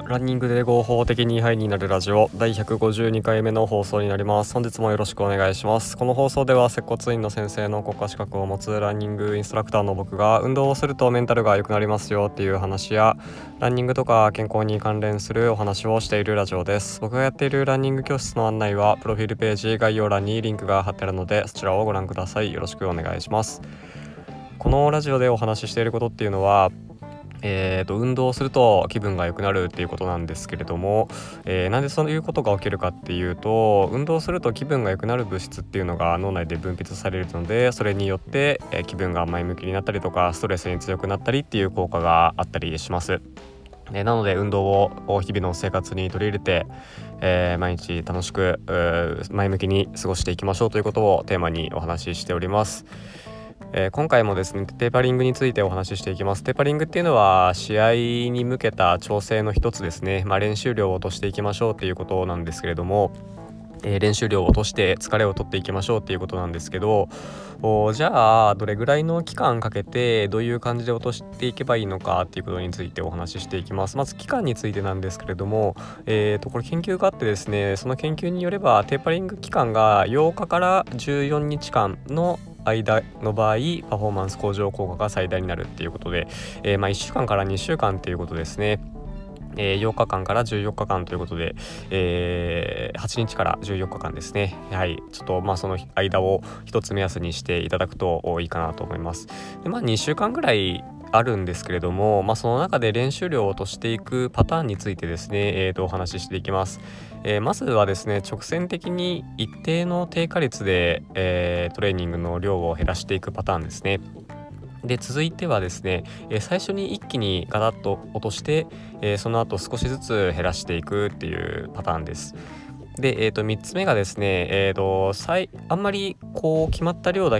ランニングで合法的にハイになるラジオ第152回目の放送になります。本日もよろしくお願いします。この放送では接骨院の先生の国家資格を持つランニングインストラクターの僕が運動をするとメンタルが良くなりますよっていう話やランニングとか健康に関連するお話をしているラジオです。僕がやっているランニング教室の案内はプロフィールページ概要欄にリンクが貼ってあるのでそちらをご覧ください。よろしくお願いします。このラジオでお話ししていることっていうのは運動をすると気分が良くなるっていうことなんですけれども、なんでそういうことが起きるかっていうと、運動すると気分が良くなる物質っていうのが脳内で分泌されるので、それによって、気分が前向きになったりとかストレスに強くなったりっていう効果があったりします。なので運動を日々の生活に取り入れて、毎日楽しく前向きに過ごしていきましょうということをテーマにお話ししております。今回もですねテーパリングについてお話ししていきます。テーパリングっていうのは試合に向けた調整の一つですね。練習量を落としていきましょうっていうことなんですけれども、練習量を落として疲れを取っていきましょうっていうことなんですけど、じゃあどれぐらいの期間かけてどういう感じで落としていけばいいのかっていうことについてお話ししていきます。まず期間についてなんですけれども、これ研究があってですね、その研究によればテーパリング期間が8日から14日間の間の場合パフォーマンス向上効果が最大になるっていうことで、1週間から2週間っていうことですね。8日間から14日間ということで、8日から14日間ですね。はい、ちょっとその間を一つ目安にしていただくといいかなと思います。で2週間ぐらいあるんですけれども、その中で練習量を落としていくパターンについてですね、お話ししていきます。まずはですね、直線的に一定の低下率で、トレーニングの量を減らしていくパターンですね。で続いてはですね、最初に一気にガタッと落として、その後少しずつ減らしていくっていうパターンです。で、3つ目がですね、あんまり決まった量だ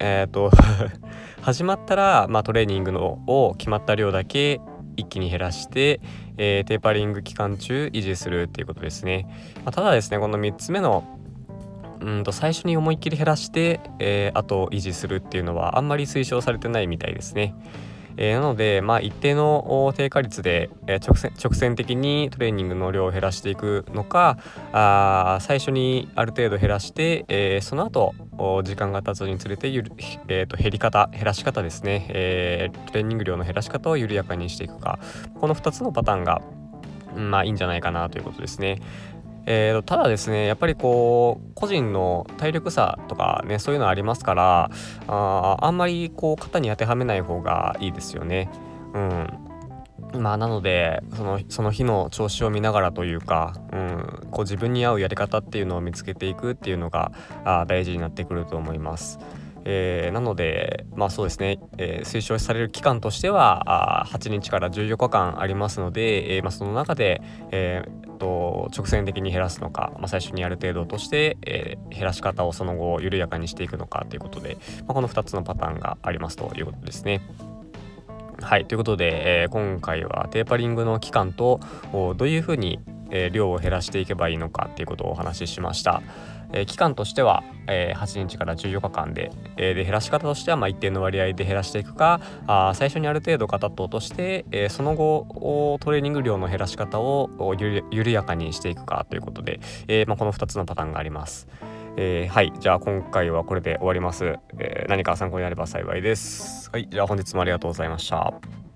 始まったら、トレーニングを決まった量だけ一気に減らして、テーパリング期間中維持するっていうことですね。ただですね、この3つ目の最初に思いっきり減らして、あと維持するっていうのはあんまり推奨されてないみたいですね。なので、一定の低下率で、直線的にトレーニングの量を減らしていくのか、最初にある程度減らして、その後時間が経つにつれて減らし方ですね、トレーニング量の減らし方を緩やかにしていくか、この2つのパターンが、いいんじゃないかなということですね。ただですね、やっぱり個人の体力差とかね、そういうのありますから、あんまり型に当てはめない方がいいですよね。なのでその日の調子を見ながらというか、自分に合うやり方っていうのを見つけていくっていうのが大事になってくると思います。なのでそうですね、推奨される期間としては8日から14日間ありますので、その中で、直線的に減らすのか、最初にある程度として、減らし方をその後緩やかにしていくのかということで、この2つのパターンがありますということですね。はい、ということで、今回はテーパリングの期間とどういうふうに量を減らしていけばいいのかっていうことをお話ししました。期間としては、8日から14日間で、減らし方としては一定の割合で減らしていくか、最初にある程度ガタッと落として、その後トレーニング量の減らし方を緩やかにしていくかということで、この2つのパターンがあります。はい、じゃあ今回はこれで終わります。何か参考になれば幸いです。はい、じゃあ本日もありがとうございました。